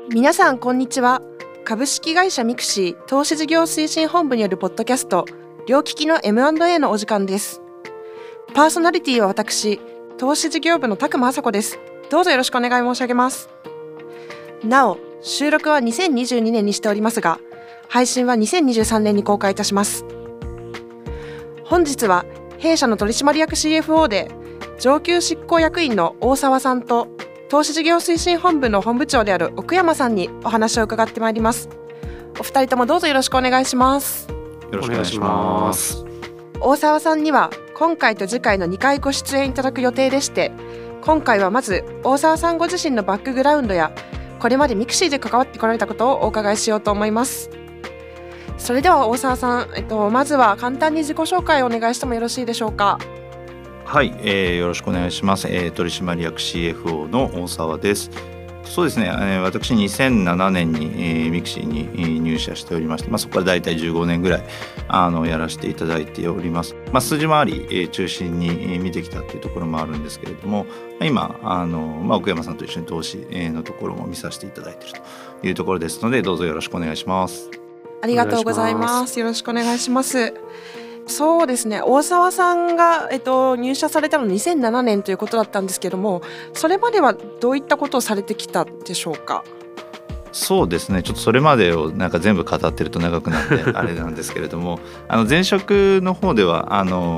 皆さんこんにちは。株式会社ミクシー投資事業推進本部によるポッドキャスト両利きの M&A のお時間です。パーソナリティは私、投資事業部の宅間麻子です。どうぞよろしくお願い申し上げます。なお、収録は2022年にしておりますが、配信は2023年に公開いたします。本日は弊社の取締役 CFO で上級執行役員の大沢さんと投資事業推進本部の本部長である奥山さんにお話を伺ってまいります。お二人ともどうぞよろしくお願いします。 よろしくお願いします。 大沢さんには今回と次回の2回ご出演いただく予定でして、今回はまず大沢さんご自身のバックグラウンドやこれまでミクシーで関わってこられたことをお伺いしようと思います。それでは大沢さん、まずは簡単に自己紹介をお願いしてもよろしいでしょうか。 はい、よろしくお願いします。取締役 CFO の大沢です。そうですね、私2007年に、ミクシーに入社しておりまして、そこからだいたい15年ぐらいやらせていただいております。数字回り、中心に見てきたというところもあるんですけれども、今奥山さんと一緒に投資のところも見させていただいているというところですので、どうぞよろしくお願いします。 ありがとうございます。よろしくお願いします。そうですね、大沢さんが、入社されたの2007年ということだったんですけども、それまではどういったことをされてきたでしょうか。 そうですね、ちょっとそれまでを全部語ってると長くなってあれなんですけれども前職の方では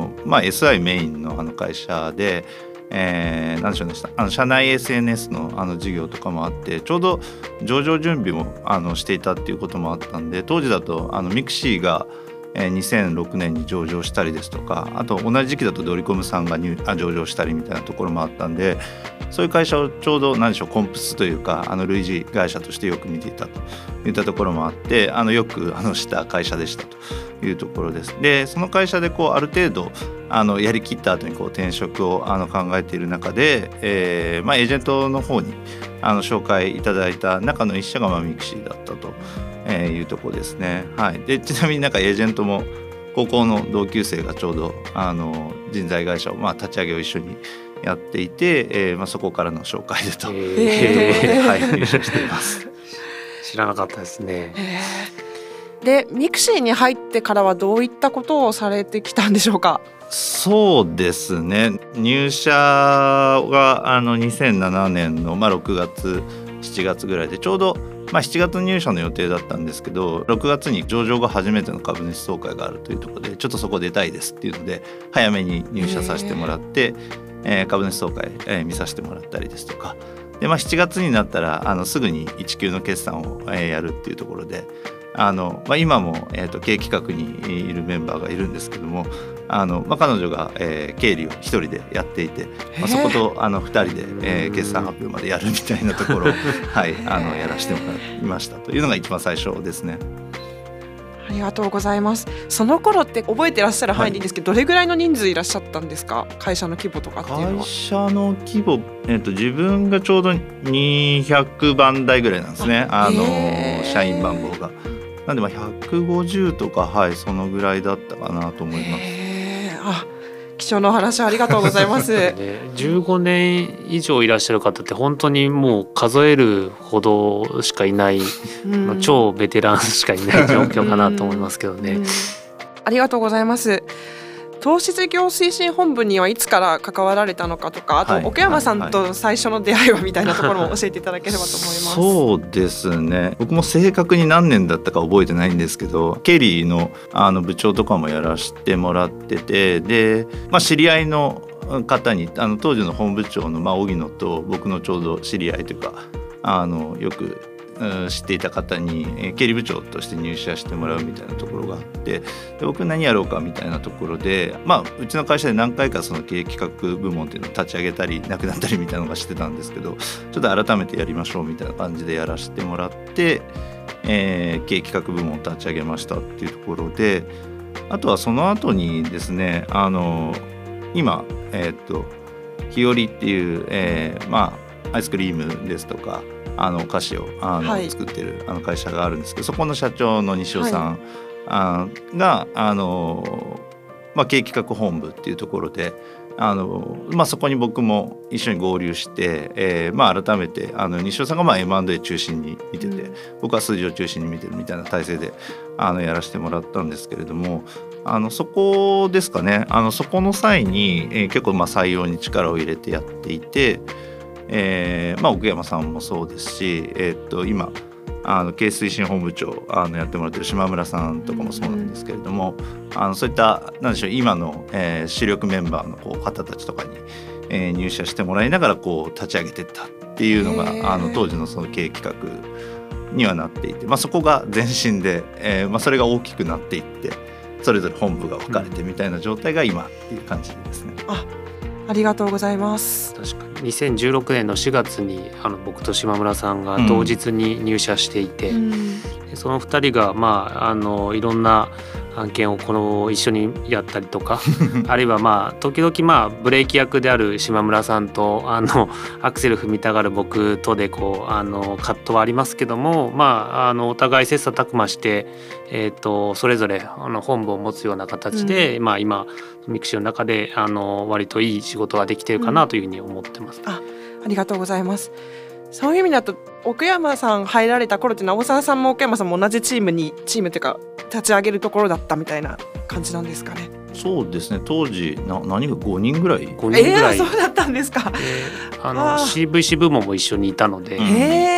SI メインの会社で、何でしょうね、社内 SNS の事業とかもあって、ちょうど上場準備もしていたっていうこともあったんで、当時だとミクシーが2006年に上場したりですとか、あと同じ時期だとドリコムさんが上場したりみたいなところもあったんで、そういう会社をちょうどコンプスというか類似会社としてよく見ていたといったところもあって、よくした会社でしたというところです。でその会社である程度やりきった後に転職を考えている中で、エージェントの方に紹介いただいた中の一社がミクシーだったというところですね。はい、でちなみにエージェントも高校の同級生がちょうど人材会社を立ち上げを一緒にやっていて、そこからの紹介でというところで、入社しています。 知らなかったですね。 でミクシーに入ってからはどういったことをされてきたんでしょうか。 そうですね、入社が2007年の6月7月ぐらいで、ちょうど7月入社の予定だったんですけど、6月に上場後初めての株主総会があるというところで、ちょっとそこ出たいですっていうので早めに入社させてもらって、株主総会、見させてもらったりですとかで、7月になったらすぐに1級の決算を、やるっていうところで、今も、経営企画にいるメンバーがいるんですけども、彼女が、経理を一人でやっていて、そこと2人で、決算発表までやるみたいなところを、やらせてもらいましたというのが一番最初ですね。 ありがとうございます。その頃って覚えてらっしゃる範囲でいいんですけど、どれぐらいの人数いらっしゃったんですか。会社の規模とかっていうのは。 会社の規模、自分がちょうど200番台ぐらいなんですね、社員番号が。なんで150とか、そのぐらいだったかなと思います。 貴重なお話ありがとうございます。 15年以上いらっしゃる方って本当にもう数えるほどしかいない、超ベテランしかいない状況かなと思いますけどね。 ありがとうございます。投資事業推進本部にはいつから関わられたのかとか、あと奥山さんと最初の出会いはみたいなところも教えていただければと思います。 そうですね、僕も正確に何年だったか覚えてないんですけど、経理の部長とかもやらせてもらってて、で、知り合いの方に当時の本部長の荻野と僕のちょうど知り合いというかよく知っていた方に経理部長として入社してもらうみたいなところがあって、で僕何やろうかみたいなところで、うちの会社で何回かその経営企画部門っていうのを立ち上げたりなくなったりみたいなのがしてたんですけど、ちょっと改めてやりましょうみたいな感じでやらせてもらって、経営企画部門を立ち上げましたっていうところで、あとはその後にですね、今日和っていう、アイスクリームですとかお菓子を作ってる会社があるんですけど、そこの社長の西尾さん、が経営企画本部っていうところでそこに僕も一緒に合流して、改めて西尾さんがM&A 中心に見てて、僕は数字を中心に見てるみたいな体制でやらせてもらったんですけれども、そこですかね。そこの際に、結構採用に力を入れてやっていて、奥山さんもそうですし、今経営推進本部長やってもらってる島村さんとかもそうなんですけれども、そういったなんでしょう、今の、主力メンバーの方たちとかに、入社してもらいながら立ち上げていったっていうのが当時のその経営企画にはなっていて、そこが前身で、それが大きくなっていってそれぞれ本部が分かれてみたいな状態が今っていう感じですね。 ありがとうございます。 確かに2016年の4月に僕と島村さんが同日に入社していて、その2人がいろんな案件を一緒にやったりとかあるいは時々ブレーキ役である島村さんとアクセル踏みたがる僕とで葛藤はありますけども、お互い切磋琢磨して、それぞれ本部を持つような形で、今ミクシーの中で割といい仕事ができてるかなというふうに思ってます。 ありがとうございます。そういう意味だと奥山さん入られた頃っていうのは大沢さんも奥山さんも同じチームというか立ち上げるところだったみたいな感じなんですかね。 そうですね。当時何が5人ぐらい 5人ぐらい、 そうだったんですか。 CVC 部門も一緒にいたので、 じ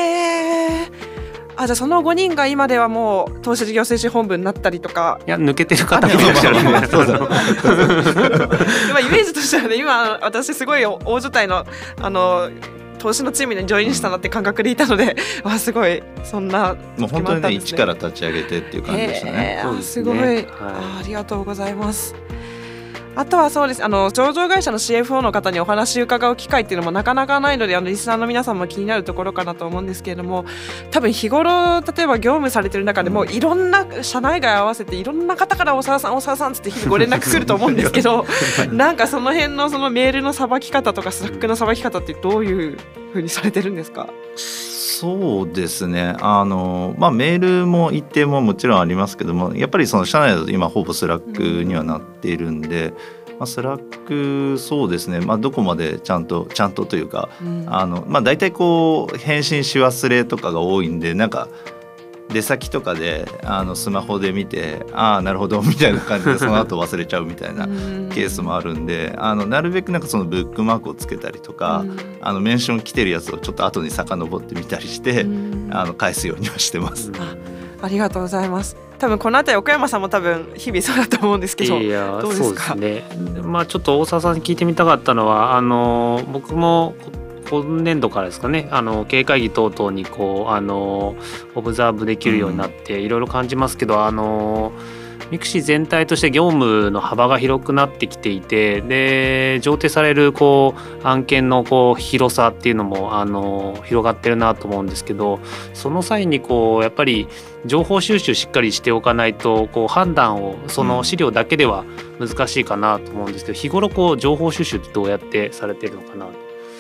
ゃあその5人が今ではもう投資事業推進本部になったりとか。 いや抜けてる方もいらっしゃるね。 今イメージとしてはね、今私すごい大所帯の投資のチームにジョインしたなって感覚でいたので、すごいそんなもう本当にね一から立ち上げてっていう感じでしたね。 すごい、ありがとうございます。あとはそうです、上場会社の CFO の方にお話を伺う機会っていうのもなかなかないので、リスナーの皆さんも気になるところかなと思うんですけれども、多分日頃例えば業務されてる中でもいろんな社内外合わせていろんな方から大沢さんつって日々ご連絡来ると思うんですけどなんかその辺のそのメールのさばき方とかスラックのさばき方ってどういうふうにされてるんですか？ そうですね。メールも一定ももちろんありますけども、やっぱりその社内だと今ほぼスラックにはなっているんで、スラックそうですね。どこまでちゃんとというか、大体返信し忘れとかが多いんで、なんか出先とかでスマホで見てなるほどみたいな感じでその後忘れちゃうみたいなケースもあるんで、なるべくなんかそのブックマークをつけたりとか、メンション来てるやつをちょっと後に遡ってみたりして返すようにはしてます。 ありがとうございます。多分このあたり奥山さんも多分日々そうだと思うんですけど、どうですか？ そうですね。ちょっと大沢さんに聞いてみたかったのは僕も今年度からですかね、経営会議等々にオブザーブできるようになっていろいろ感じますけど、ミクシー全体として業務の幅が広くなってきていて、で上呈される案件の広さっていうのも広がってるなと思うんですけど、その際にやっぱり情報収集しっかりしておかないと判断をその資料だけでは難しいかなと思うんですけど、日頃情報収集ってどうやってされてるのかなと。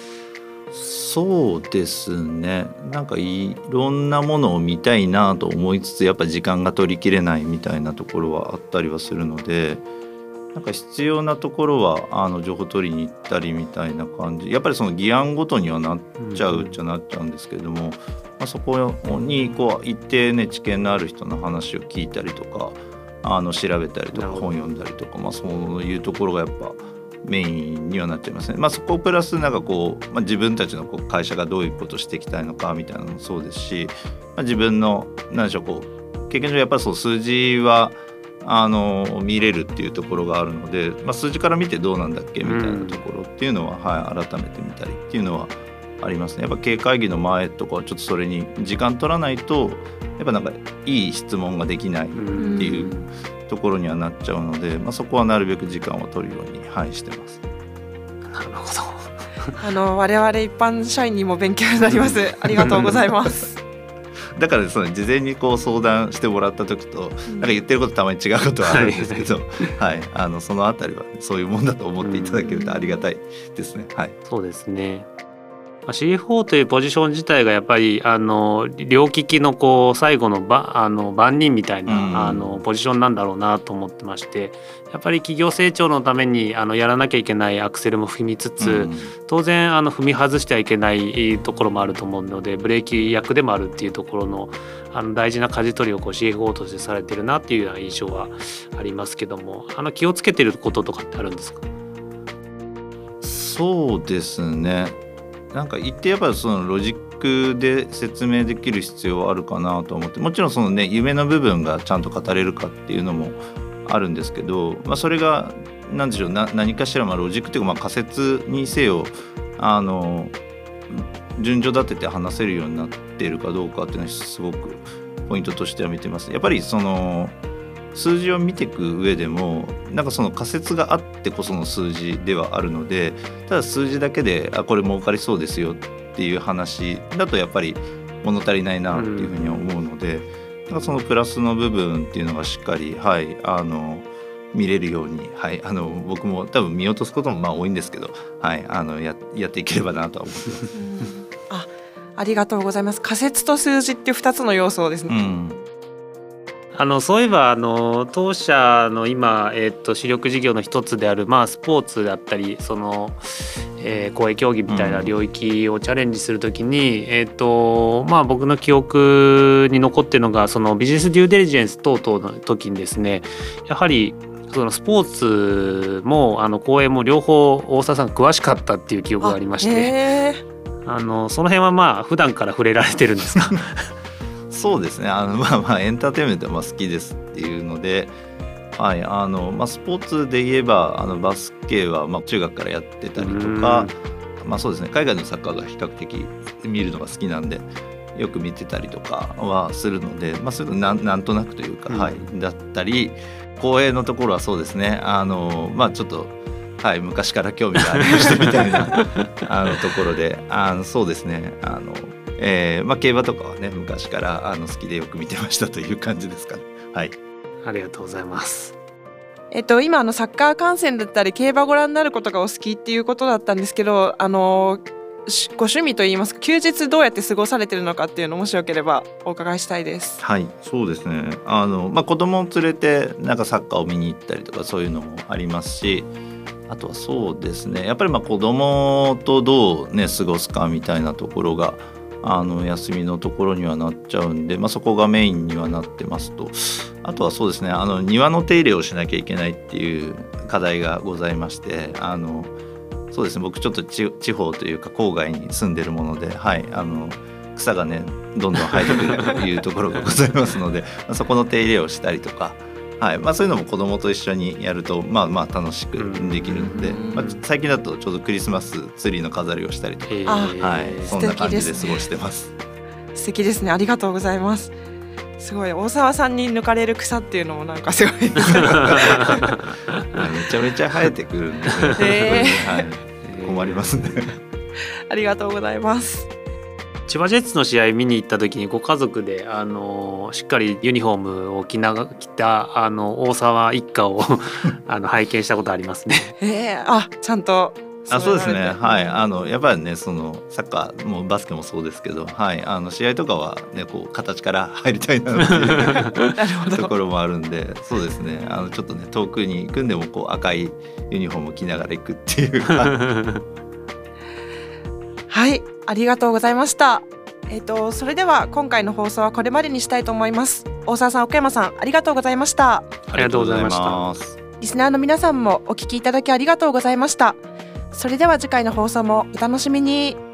そうですね。なんかいろんなものを見たいなと思いつつ、やっぱ時間が取りきれないみたいなところはあったりはするので、なんか必要なところは情報取りに行ったりみたいな感じ。やっぱりその議案ごとにはなっちゃうっちゃなっちゃうんですけれども、そこに一定ね知見のある人の話を聞いたりとか調べたりとか本読んだりとか、そういうところがやっぱメインにはなっちゃいますね。そこプラスなんか自分たちの会社がどういうことをしていきたいのかみたいなのもそうですし、自分の何でしょう経験上やっぱりそう数字は見れるっていうところがあるので、数字から見てどうなんだっけみたいなところっていうのは、改めて見たりっていうのはありますね。やっぱ経営会議の前とかはちょっとそれに時間取らないとやっぱなんかいい質問ができないっていうところにはなっちゃうので、そこはなるべく時間を取るようにしてます。 なるほど。 我々一般社員にも勉強になります。ありがとうございます。 だから事前に相談してもらった時となんか言ってることたまに違うことはあるんですけど、そのあたりはそういうもんだと思っていただけるとありがたいですね。 そうですね。 CFO というポジション自体がやっぱり両利きのこう最後の番人みたいな、ポジションなんだろうなと思ってまして、やっぱり企業成長のためにやらなきゃいけないアクセルも踏みつつ、当然踏み外してはいけないところもあると思うので、ブレーキ役でもあるっていうところの大事な舵取りをこう CFO としてされてるなっていうような印象はありますけども、気をつけてることとかってあるんですか？ そうですね、なんか言ってやっぱりそのロジックで説明できる必要はあるかなと思って、もちろんそのね夢の部分がちゃんと語れるかっていうのもあるんですけど、それが何でしょう、何かしらロジックというか仮説にせよ順序立てて話せるようになっているかどうかっていうのはすごくポイントとしては見てます。やっぱりその数字を見ていく上でもなんかその仮説があってこその数字ではあるので、ただ数字だけでこれ儲かりそうですよっていう話だとやっぱり物足りないなっていうふうに思うので、なんかそのプラスの部分っていうのがしっかり、見れるように、僕も多分見落とすことも多いんですけど、やっていければなとは思ってます。 ありがとうございます。仮説と数字っていう2つの要素ですね。 そういえば当社の今、主力事業の一つである、スポーツだったりその、公営競技みたいな領域をチャレンジするときに、僕の記憶に残っているのがそのビジネスデューデリジェンス等々の時にですね、やはりそのスポーツも公営も両方大沢さん詳しかったっていう記憶がありまして、その辺は普段から触れられてるんですか？ そうですね、エンターテインメントは好きですっていうので、スポーツで言えばバスケは中学からやってたりとか、そうですね、海外のサッカーが比較的見るのが好きなんでよく見てたりとかはするので、そういうのなんとなくというか、だったり、公営のところはそうですね、ちょっと昔から興味がありましたみたいなところでそうですね、競馬とかはね昔から好きでよく見てましたという感じですかね。 ありがとうございます。 今サッカー観戦だったり競馬ご覧になることがお好きっていうことだったんですけど、ご趣味といいますか休日どうやって過ごされてるのかっていうのをもしよければお伺いしたいです。 そうですね、子供を連れてなんかサッカーを見に行ったりとかそういうのもありますし、あとはそうですね、やっぱり子供とどうね過ごすかみたいなところが休みのところにはなっちゃうんで、そこがメインにはなってますと、あとはそうですね、庭の手入れをしなきゃいけないっていう課題がございまして、そうですね、僕ちょっと地方というか郊外に住んでるもので、草がねどんどん生えてくるというところがございますのでそこの手入れをしたりとか、そういうのも子供と一緒にやると楽しくできるので、最近だとちょうどクリスマスツリーの飾りをしたりとか、そんな感じで過ごしてます。 素敵ですね、ありがとうございます。すごい大沢さんに抜かれる草っていうのもなんかすごいめちゃめちゃ生えてくるんで、困りますね。 ありがとうございます。 千葉ジェッツの試合見に行った時にご家族でしっかりユニフォームを着た大沢一家を拝見したことありますね。 ちゃんとそうですね、やっぱりねそのサッカーもバスケもそうですけど、試合とかはねこう形から入りたいなっていうところもあるんで、そうですね、ちょっとね遠くに行くんでもこう赤いユニフォームを着ながら行くっていうありがとうございました。それでは今回の放送はこれまでにしたいと思います。大沢さん、奥山さん、ありがとうございました。 ありがとうございました。 リスナーの皆さんもお聞きいただきありがとうございました。それでは次回の放送もお楽しみに。